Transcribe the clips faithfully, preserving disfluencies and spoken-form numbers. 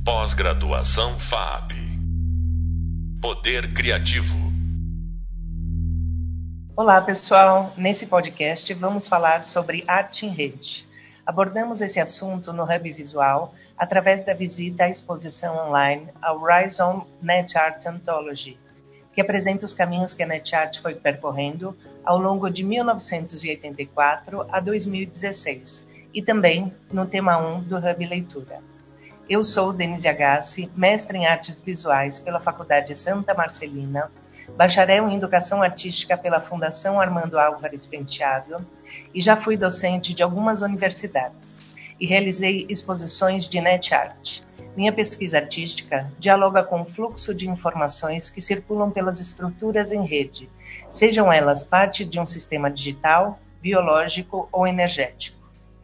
Pós-graduação F A P. Poder Criativo. Olá, pessoal. Nesse podcast vamos falar sobre arte em rede. Abordamos esse assunto no Hub Visual através da visita à exposição online ao Rise On NetArt Anthology, que apresenta os caminhos que a NetArt foi percorrendo ao longo de mil novecentos e oitenta e quatro a dois mil e dezesseis, e também no tema um do Hub Leitura. Eu sou Denise Agassi, mestre em Artes Visuais pela Faculdade Santa Marcelina, bacharel em Educação Artística pela Fundação Armando Álvares Penteado e já fui docente de algumas universidades e realizei exposições de NetArt. Minha pesquisa artística dialoga com o fluxo de informações que circulam pelas estruturas em rede, sejam elas parte de um sistema digital, biológico ou energético.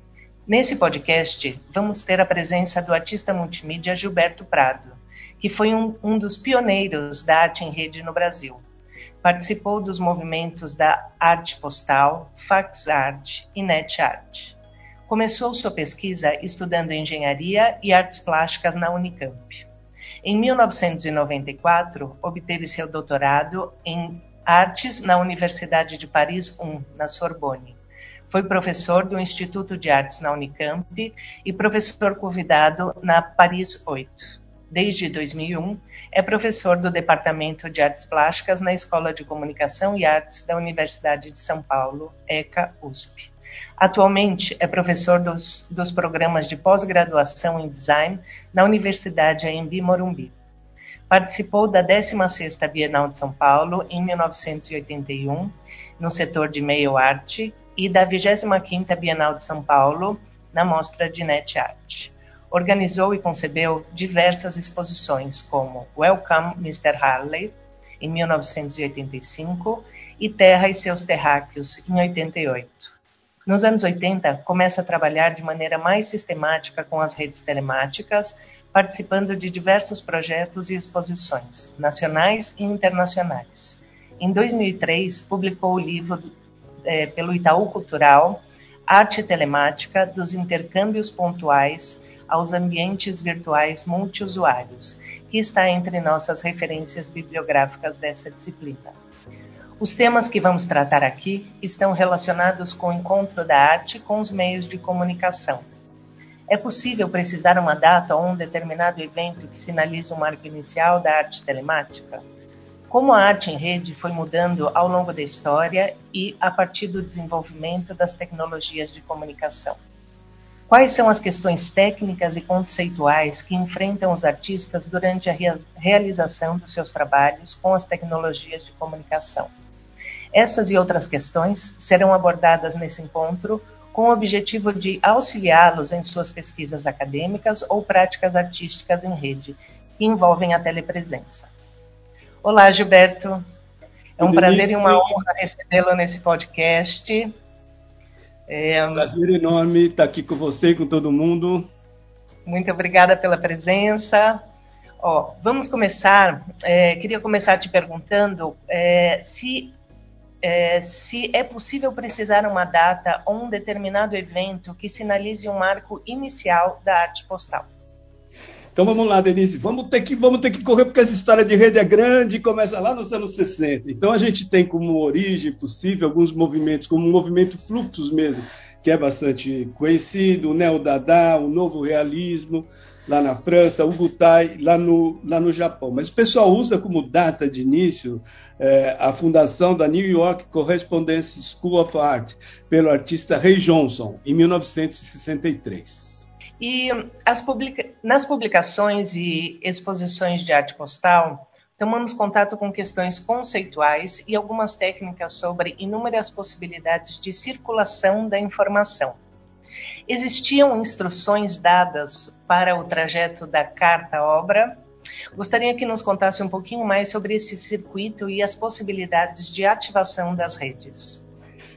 Nesse podcast, vamos ter a presença do artista multimídia Gilberto Prado, que foi um, um dos pioneiros da arte em rede no Brasil. Participou dos movimentos da Arte Postal, FaxArt e NetArt. Começou sua pesquisa estudando engenharia e artes plásticas na Unicamp. Em mil novecentos e noventa e quatro, obteve seu doutorado em artes na Universidade de Paris I, na Sorbonne. Foi professor do Instituto de Artes na Unicamp e professor convidado na Paris oito. Desde dois mil e um, é professor do Departamento de Artes Plásticas na Escola de Comunicação e Artes da Universidade de São Paulo, ECA-U S P. Atualmente, é professor dos, dos programas de pós-graduação em Design na Universidade Anhembi Morumbi. Participou da décima sexta Bienal de São Paulo, em mil novecentos e oitenta e um, no setor de Mail Art, e da vigésima quinta Bienal de São Paulo, na mostra de NetArt. Organizou e concebeu diversas exposições, como Welcome, mister Harley, em mil novecentos e oitenta e cinco, e Terra e seus Terráqueos, em oitenta e oito. Nos anos oitenta, começa a trabalhar de maneira mais sistemática com as redes telemáticas, participando de diversos projetos e exposições, nacionais e internacionais. Em dois mil e três, publicou o livro é, pelo Itaú Cultural, Arte Telemática dos Intercâmbios Pontuais aos Ambientes Virtuais Multiusuários, que está entre nossas referências bibliográficas dessa disciplina. Os temas que vamos tratar aqui estão relacionados com o encontro da arte com os meios de comunicação. É possível precisar uma data ou um determinado evento que sinalize o marco inicial da arte telemática? Como a arte em rede foi mudando ao longo da história e a partir do desenvolvimento das tecnologias de comunicação? Quais são as questões técnicas e conceituais que enfrentam os artistas durante a rea- realização dos seus trabalhos com as tecnologias de comunicação? Essas e outras questões serão abordadas nesse encontro com o objetivo de auxiliá-los em suas pesquisas acadêmicas ou práticas artísticas em rede, que envolvem a telepresença. Olá, Gilberto. É um prazer e uma honra recebê-lo nesse podcast. É um prazer enorme estar aqui com você e com todo mundo. Muito obrigada pela presença. Ó, vamos começar. É, queria começar te perguntando é, se, é, se é possível precisar uma data ou um determinado evento que sinalize um marco inicial da arte postal. Então vamos lá, Denise, vamos ter que, vamos ter que correr porque essa história de rede é grande e começa lá nos anos sessenta. Então a gente tem como origem possível alguns movimentos, como o movimento Fluxus mesmo, que é bastante conhecido, o Neo-Dada, o Novo Realismo, lá na França, o Gutai, lá no, lá no Japão. Mas o pessoal usa como data de início é, a fundação da New York Correspondence School of Art, pelo artista Ray Johnson, em mil novecentos e sessenta e três. E as publica... nas publicações e exposições de arte postal, tomamos contato com questões conceituais e algumas técnicas sobre inúmeras possibilidades de circulação da informação. Existiam instruções dadas para o trajeto da carta-obra? Gostaria que nos contasse um pouquinho mais sobre esse circuito e as possibilidades de ativação das redes.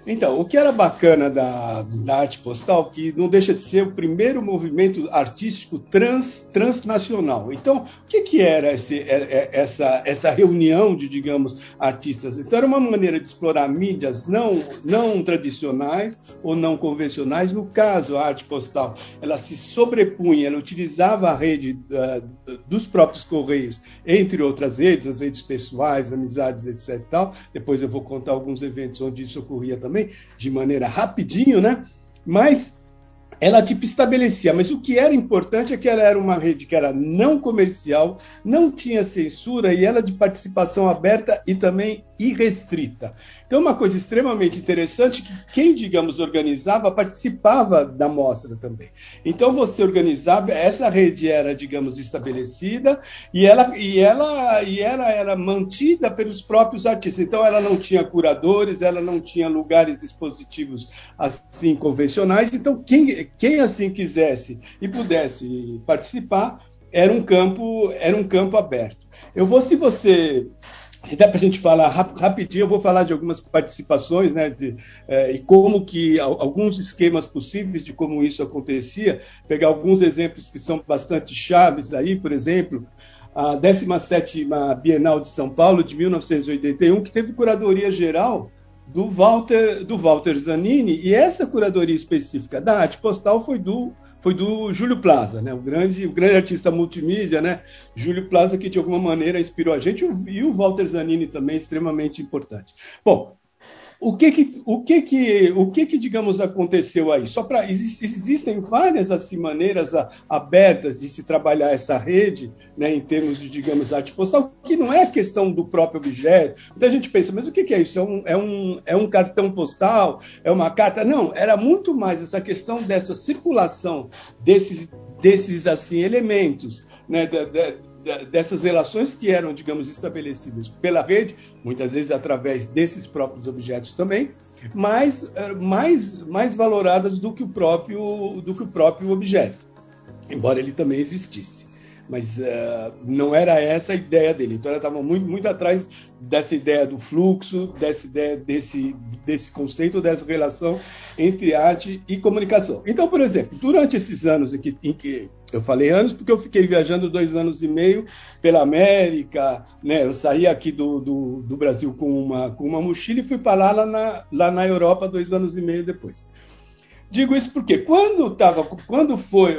Então, o que era bacana da, da arte postal, que não deixa de ser o primeiro movimento artístico trans, transnacional. Então, o que, que era esse, essa, essa reunião de, digamos, artistas? Então, era uma maneira de explorar mídias não, não tradicionais ou não convencionais. No caso, a arte postal, ela se sobrepunha, ela utilizava a rede uh, dos próprios Correios, entre outras redes, as redes pessoais, amizades, etc. E tal. Depois eu vou contar alguns eventos onde isso ocorria também. Também, de maneira rapidinho, né? Mas ela tipo estabelecia, mas o que era importante é que ela era uma rede que era não comercial, não tinha censura e ela de participação aberta e também irrestrita. Então, uma coisa extremamente interessante que quem, digamos, organizava, participava da mostra também. Então, você organizava, essa rede era, digamos, estabelecida e ela, e ela, e ela era mantida pelos próprios artistas. Então, ela não tinha curadores, ela não tinha lugares expositivos assim convencionais. Então, quem, quem assim quisesse e pudesse participar, era um campo, era um campo aberto. Eu vou, se você... Se der para a gente falar rapidinho, eu vou falar de algumas participações, né, de, é, e como que, alguns esquemas possíveis de como isso acontecia, pegar alguns exemplos que são bastante chaves aí, por exemplo, a décima sétima Bienal de São Paulo, de mil novecentos e oitenta e um, que teve curadoria geral do Walter, do Walter Zanini, e essa curadoria específica da arte postal foi do foi do Júlio Plaza, né? o, grande, o grande artista multimídia, né? Júlio Plaza, que de alguma maneira inspirou a gente, e o Walter Zanini também, extremamente importante. Bom, o que que, o que, que, o que, que digamos, aconteceu aí? Só para existem várias assim, maneiras a, abertas de se trabalhar essa rede, né, em termos de, digamos, arte postal, que não é questão do próprio objeto. Muita gente pensa, mas o que, que é isso? É um, é, um, é um cartão postal? É uma carta? Não, era muito mais essa questão dessa circulação desses, desses assim, elementos, né, da, da, dessas relações que eram, digamos, estabelecidas pela rede, muitas vezes através desses próprios objetos também, mas mais, mais valoradas do que o próprio, do que o próprio objeto, embora ele também existisse. Mas uh, não era essa a ideia dele. Então, ela estava muito, muito atrás dessa ideia do fluxo, dessa ideia desse, desse conceito, dessa relação entre arte e comunicação. Então, por exemplo, durante esses anos em que, em que eu falei anos, porque eu fiquei viajando dois anos e meio pela América, né? Eu saí aqui do, do, do Brasil com uma, com uma mochila e fui para lá, lá, na, lá na Europa dois anos e meio depois. Digo isso porque quando, tava, quando foi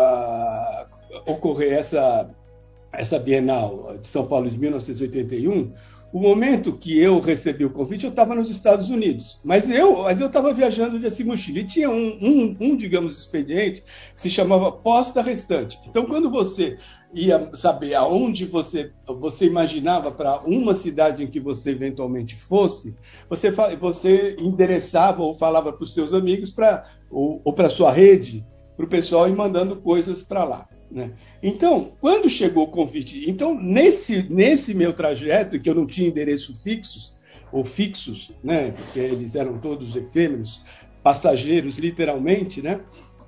a, ocorrer essa, essa Bienal de São Paulo de mil novecentos e oitenta e um, o momento que eu recebi o convite, eu estava nos Estados Unidos, mas eu mas eu estava viajando de assim mochila e tinha um, um, um, digamos, expediente que se chamava posta restante. Então, quando você ia saber aonde você, você imaginava para uma cidade em que você eventualmente fosse, você, você endereçava ou falava para os seus amigos pra, ou, ou para a sua rede, para o pessoal ir mandando coisas para lá. Né? Então, quando chegou o convite, então nesse, nesse meu trajeto, que eu não tinha endereço fixos, ou fixos, né? Porque eles eram todos efêmeros, passageiros, literalmente, né?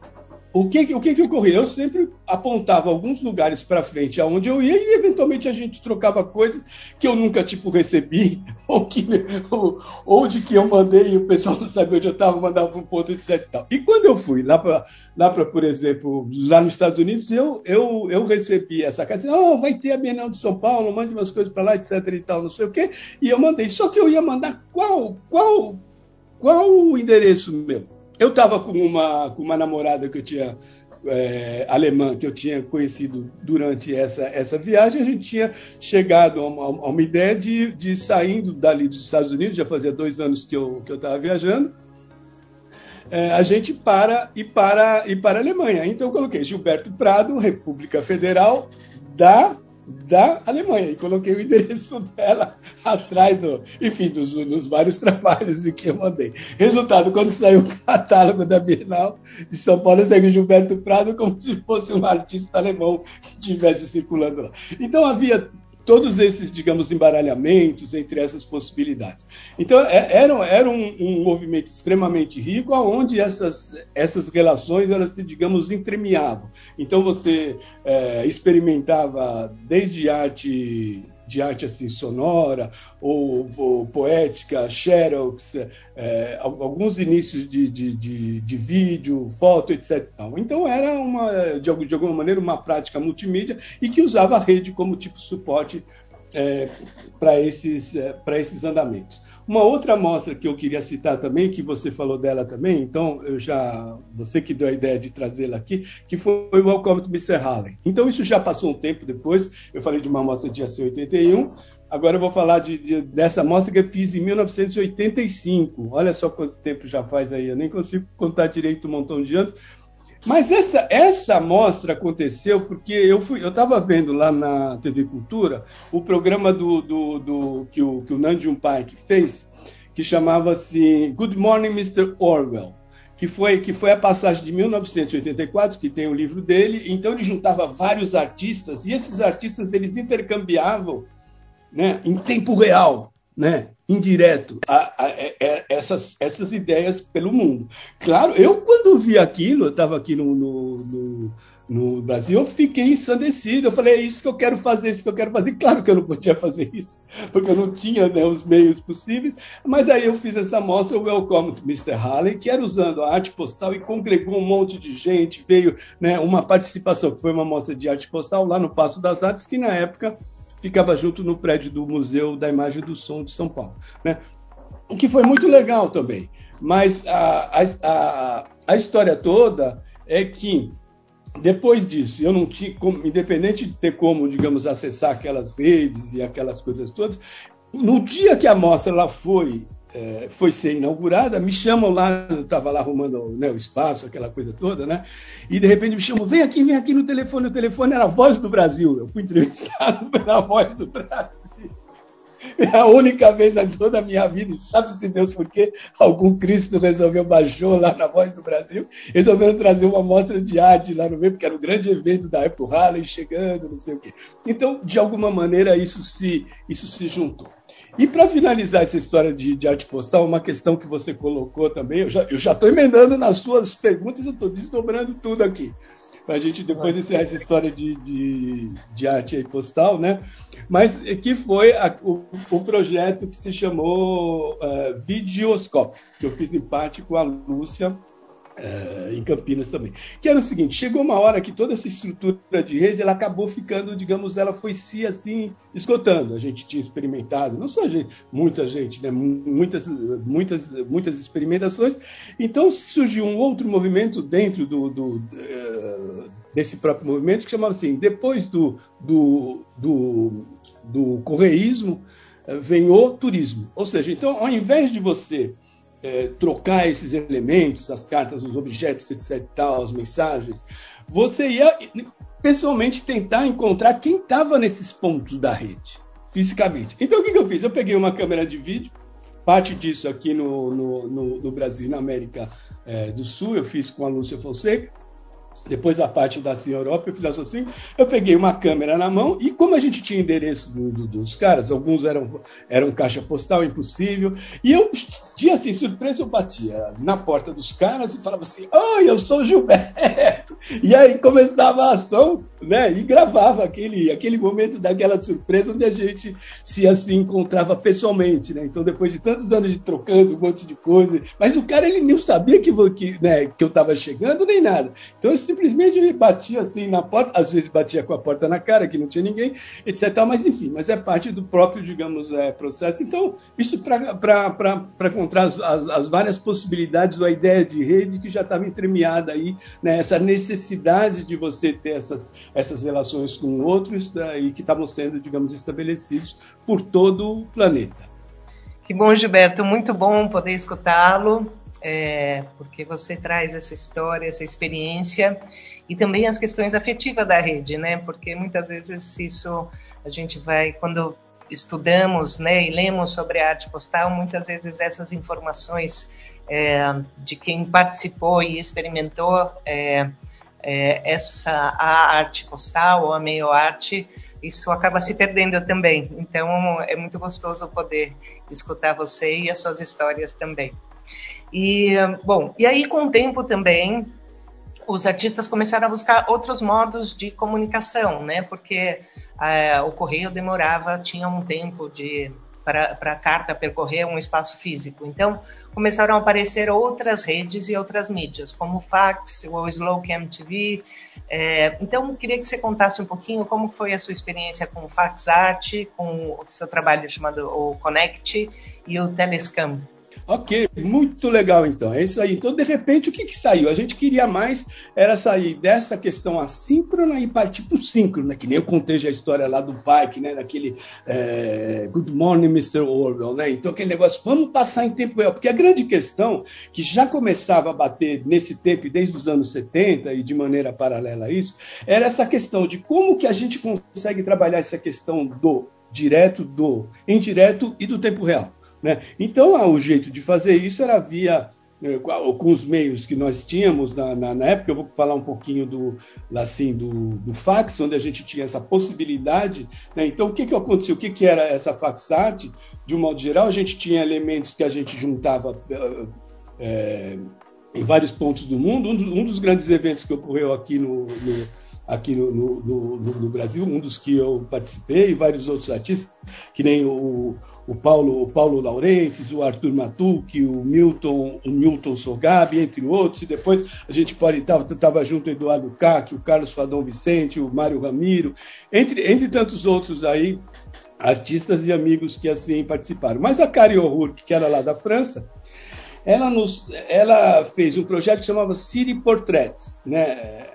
O que, o que, que ocorria? Eu sempre apontava alguns lugares para frente aonde eu ia e, eventualmente, a gente trocava coisas que eu nunca, tipo, recebi, ou, que, ou, ou de que eu mandei e o pessoal não sabia onde eu estava, mandava para um ponto, etc. E, tal. E quando eu fui lá para, lá para, por exemplo, lá nos Estados Unidos, eu, eu, eu recebi essa carta, oh, vai ter a Bienal de São Paulo, mande umas coisas para lá, etc. e tal, não sei o quê, e eu mandei. Só que eu ia mandar qual, qual, qual o endereço meu? Eu estava com uma, com uma namorada que eu tinha, é, alemã, que eu tinha conhecido durante essa, essa viagem. A gente tinha chegado a uma, a uma ideia de, de saindo dali dos Estados Unidos, já fazia dois anos que eu que eu estava viajando, é, a gente para e para, e para a Alemanha. Então eu coloquei Gilberto Prado, República Federal da... da Alemanha, e coloquei o endereço dela atrás, do, enfim, dos, dos vários trabalhos que eu mandei. Resultado, quando saiu o catálogo da Bienal de São Paulo, saiu Gilberto Prado como se fosse um artista alemão que estivesse circulando lá. Então havia todos esses, digamos, embaralhamentos entre essas possibilidades. Então, era, era um, um movimento extremamente rico, onde essas, essas relações, elas se, digamos, entremeavam. Então, você é, experimentava desde arte de arte assim, sonora, ou, ou poética, xerox, é, alguns inícios de, de, de, de vídeo, foto, etcétera. Então era, uma, de, de alguma maneira, uma prática multimídia e que usava a rede como tipo de suporte é, para esses, é, para esses andamentos. Uma outra amostra que eu queria citar também, que você falou dela também, então eu já, você que deu a ideia de trazê-la aqui, que foi o Welcome to mister Halley. Então isso já passou um tempo depois, eu falei de uma amostra de oitenta e um, agora eu vou falar de, de, dessa amostra que eu fiz em mil novecentos e oitenta e cinco. Olha só quanto tempo já faz aí, eu nem consigo contar direito um montão de anos. Mas essa, essa amostra aconteceu porque eu fui, eu estava vendo lá na T V Cultura o programa do, do, do, que o, que o Nam June-paik fez, que chamava-se Good Morning, mister Orwell, que foi, que foi a passagem de mil novecentos e oitenta e quatro, que tem o livro dele. Então ele juntava vários artistas, e esses artistas eles intercambiavam, né, em tempo real, né, indireto, a, a, a, a, essas, essas ideias pelo mundo. Claro, eu quando vi aquilo, eu estava aqui no, no, no, no Brasil, eu fiquei ensandecido, eu falei, é isso que eu quero fazer, é isso que eu quero fazer. Claro que eu não podia fazer isso, porque eu não tinha, né, os meios possíveis, mas aí eu fiz essa mostra, o Welcome to mister Halley, que era usando a arte postal e congregou um monte de gente, veio, né, uma participação, que foi uma mostra de arte postal lá no Paço das Artes, que na época ficava junto no prédio do Museu da Imagem e do Som de São Paulo, né? O que foi muito legal também. Mas a, a, a história toda é que, depois disso, eu não tinha, como, independente de ter como, digamos, acessar aquelas redes e aquelas coisas todas, no dia que a mostra lá foi, é, foi ser inaugurada, me chamam lá, eu estava lá arrumando, né, o espaço, aquela coisa toda, né? E de repente me chamam, vem aqui, vem aqui no telefone, o telefone era a Voz do Brasil. Eu fui entrevistado pela Voz do Brasil. É a única vez em toda a minha vida, sabe-se Deus por quê, algum Cristo resolveu, baixou lá na Voz do Brasil, resolveram trazer uma mostra de arte lá no meio, porque era o grande evento da época, o Halley chegando, não sei o quê. Então, de alguma maneira, isso se, isso se juntou. E para finalizar essa história de, de arte postal, uma questão que você colocou também, eu já estou emendando nas suas perguntas, eu estou desdobrando tudo aqui, para a gente depois encerrar essa história de, de, de arte aí postal, né? Mas que foi a, o, o projeto que se chamou uh, Videoscope, que eu fiz em parte com a Lúcia, Uh, em Campinas também, que era o seguinte, chegou uma hora que toda essa estrutura de rede, ela acabou ficando, digamos, ela foi se assim, esgotando. A gente tinha experimentado, não só a gente, muita gente, né, muitas, muitas, muitas experimentações, então surgiu um outro movimento dentro do, do, uh, desse próprio movimento, que chamava assim, depois do, do, do, do correísmo, uh, vem o turismo. Ou seja, então, ao invés de você É, trocar esses elementos, as cartas, os objetos, etcétera, tal, as mensagens, você ia pessoalmente tentar encontrar quem estava nesses pontos da rede, fisicamente. Então, o que, que eu fiz? Eu peguei uma câmera de vídeo, parte disso aqui no, no, no, no Brasil, na América é, do Sul, eu fiz com a Lúcia Fonseca. Depois a parte da assim, Europa, eu fiz assim, eu peguei uma câmera na mão e como a gente tinha endereço do, do, dos caras, alguns eram, eram caixa postal, impossível, e eu tinha assim, surpresa, eu batia na porta dos caras e falava assim, oi, eu sou o Gilberto, e aí começava a ação, né, e gravava aquele, aquele momento daquela surpresa onde a gente se assim encontrava pessoalmente, né, então depois de tantos anos de trocando um monte de coisa, mas o cara ele não sabia que, que, né, que eu estava chegando nem nada, então eu simplesmente batia assim na porta, às vezes batia com a porta na cara, que não tinha ninguém, etcétera. Mas enfim, mas é parte do próprio, digamos, é, processo. Então, isso para encontrar as, as, as várias possibilidades da ideia de rede que já estava entremeada aí, né, essa necessidade de você ter essas, essas relações com outros, né, e que estavam sendo, digamos, estabelecidos por todo o planeta. Que bom, Gilberto, muito bom poder escutá-lo. É, porque você traz essa história, essa experiência e também as questões afetivas da rede, né? Porque muitas vezes isso a gente vai, quando estudamos, né, e lemos sobre a arte postal, muitas vezes essas informações é, de quem participou e experimentou é, é, essa a arte postal ou a meio arte, isso acaba se perdendo também. Então é muito gostoso poder escutar você e as suas histórias também. E, bom, e aí com o tempo também os artistas começaram a buscar outros modos de comunicação, né? Porque a, o correio demorava, tinha um tempo de para a carta percorrer um espaço físico. Então, começaram a aparecer outras redes e outras mídias, como o fax, o Slowcam T V. É, então, queria que você contasse um pouquinho como foi a sua experiência com o FaxArt, com o seu trabalho chamado o Connect e o Telescam. Ok, muito legal então, é isso aí. Então, de repente, o que, que saiu? A gente queria mais, era sair dessa questão assíncrona e partir para o síncrono, né? Que nem eu contei já a história lá do Pike, né? Daquele é, Good Morning, mister Orwell, né? Então, aquele negócio, vamos passar em tempo real, porque a grande questão, que já começava a bater nesse tempo, desde os anos setenta, e de maneira paralela a isso, era essa questão de como que a gente consegue trabalhar essa questão do direto, do indireto e do tempo real. Né? Então, ah, o jeito de fazer isso era via, eh, com os meios que nós tínhamos na, na, na época. Eu vou falar um pouquinho do, assim, do, do fax, onde a gente tinha essa possibilidade. Né? Então, o que, que aconteceu? O que, que era essa FaxArt? De um modo geral, a gente tinha elementos que a gente juntava é, em vários pontos do mundo. Um, do, um dos grandes eventos que ocorreu aqui no... no aqui no, no, no, no Brasil, um dos que eu participei, e vários outros artistas, que nem o, o, Paulo, o Paulo Laurentes, o Arthur Matucci, o Milton, o Milton Sogabi, entre outros, e depois a gente pode estar, estava junto o Eduardo Cac, o Carlos Fadão Vicente, o Mário Ramiro, entre, entre tantos outros aí, artistas e amigos que assim participaram. Mas a Karen O'Rourke, que era lá da França, ela, nos, ela fez um projeto que chamava City Portraits, né?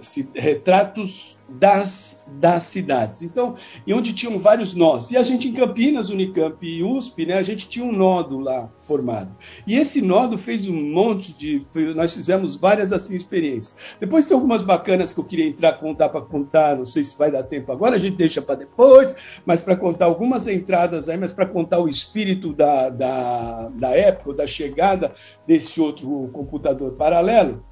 Retratos das, das cidades. Então, e onde tinham vários nós. E a gente em Campinas, Unicamp e U S P, né, a gente tinha um nodo lá formado. E esse nodo fez um monte de... Nós fizemos várias assim experiências. Depois tem algumas bacanas que eu queria entrar, contar para contar, não sei se vai dar tempo agora, a gente deixa para depois, mas para contar algumas entradas aí, mas para contar o espírito da, da, da época, da chegada desse outro computador paralelo.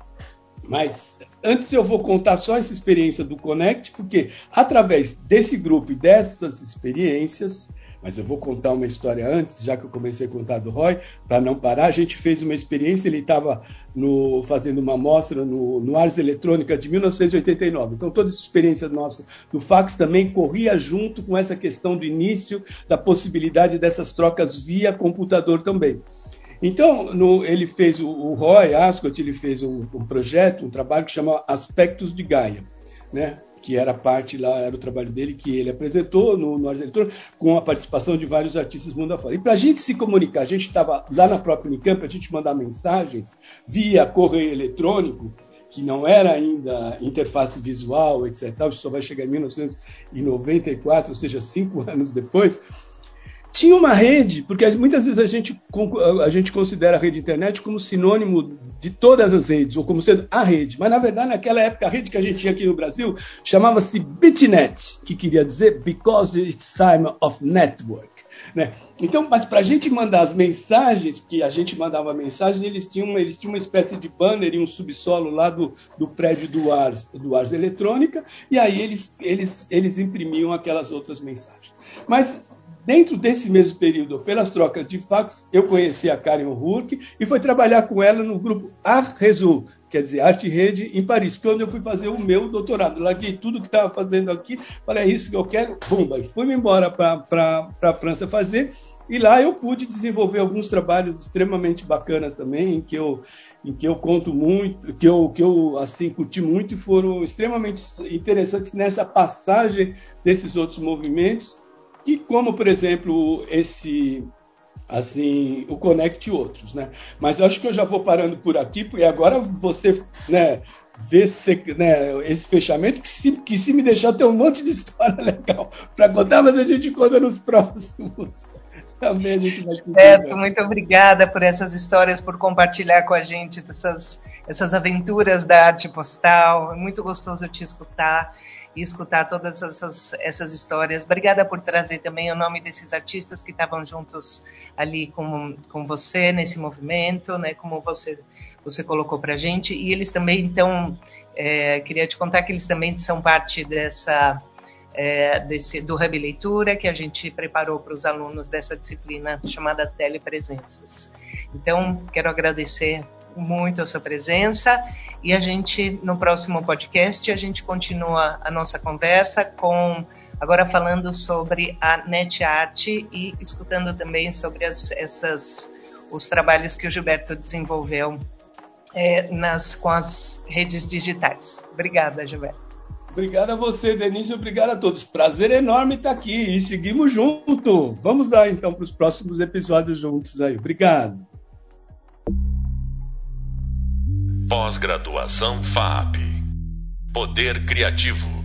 Mas antes eu vou contar só essa experiência do Connect, porque através desse grupo e dessas experiências, mas eu vou contar uma história antes, já que eu comecei a contar do Roy, para não parar, a gente fez uma experiência, ele estava fazendo uma mostra no, no Ars Eletrônica de mil novecentos e oitenta e nove, então toda essa experiência nossa do fax também corria junto com essa questão do início, da possibilidade dessas trocas via computador também. Então, no, ele fez, o, o Roy Ascott, ele fez um, um projeto, um trabalho que chama Aspectos de Gaia, né? Que era parte lá, era o trabalho dele, que ele apresentou no, no Ars Eletrônica, com a participação de vários artistas mundo afora. E para a gente se comunicar, a gente estava lá na própria Unicamp, a gente mandar mensagens via correio eletrônico, que não era ainda interface visual, etcétera. Isso só vai chegar em mil novecentos e noventa e quatro, ou seja, cinco anos depois. Tinha uma rede, porque muitas vezes a gente, a gente considera a rede internet como sinônimo de todas as redes, ou como sendo a rede. Mas, na verdade, naquela época, a rede que a gente tinha aqui no Brasil chamava-se BitNet, que queria dizer Because It's Time of Network. Né? Então, mas para a gente mandar as mensagens, porque a gente mandava mensagens, eles tinham, eles tinham uma espécie de banner e um subsolo lá do, do prédio do Ars, do Ars Eletrônica, e aí eles, eles, eles imprimiam aquelas outras mensagens. Mas dentro desse mesmo período, pelas trocas de fax, eu conheci a Karen O'Rourke e fui trabalhar com ela no grupo Art Réseau, quer dizer, Arte Rede, em Paris, que é onde eu fui fazer o meu doutorado. Larguei tudo que estava fazendo aqui, falei, é isso que eu quero, bumba, fui-me embora para a França fazer, e lá eu pude desenvolver alguns trabalhos extremamente bacanas também, em que eu, em que eu conto muito, que eu, que eu assim, curti muito e foram extremamente interessantes nessa passagem desses outros movimentos, que como, por exemplo, esse, assim, o Connect e outros, né? Mas eu acho que eu já vou parando por aqui, porque agora você, né, vê se, né, esse fechamento, que se, que se me deixar tem um monte de história legal para contar, mas a gente conta nos próximos. Também a gente vai se Certo, muito obrigada por essas histórias, por compartilhar com a gente essas, essas aventuras da arte postal. É muito gostoso te escutar e escutar todas essas, essas histórias. Obrigada por trazer também o nome desses artistas que estavam juntos ali com, com você nesse movimento, né, como você, você colocou para a gente. E eles também, então, é, queria te contar que eles também são parte dessa, é, desse, do Hub Leitura, que a gente preparou para os alunos dessa disciplina chamada Telepresenças. Então, quero agradecer muito a sua presença E a gente, no próximo podcast, a gente continua a nossa conversa com, agora falando sobre a NetArt e escutando também sobre as, essas, os trabalhos que o Gilberto desenvolveu é, nas, com as redes digitais. Obrigada, Gilberto. Obrigado a você, Denise, obrigado a todos. Prazer enorme estar aqui e seguimos juntos. Vamos lá, então, para os próximos episódios juntos aí. Obrigado. Pós-graduação F A A P. Poder Criativo.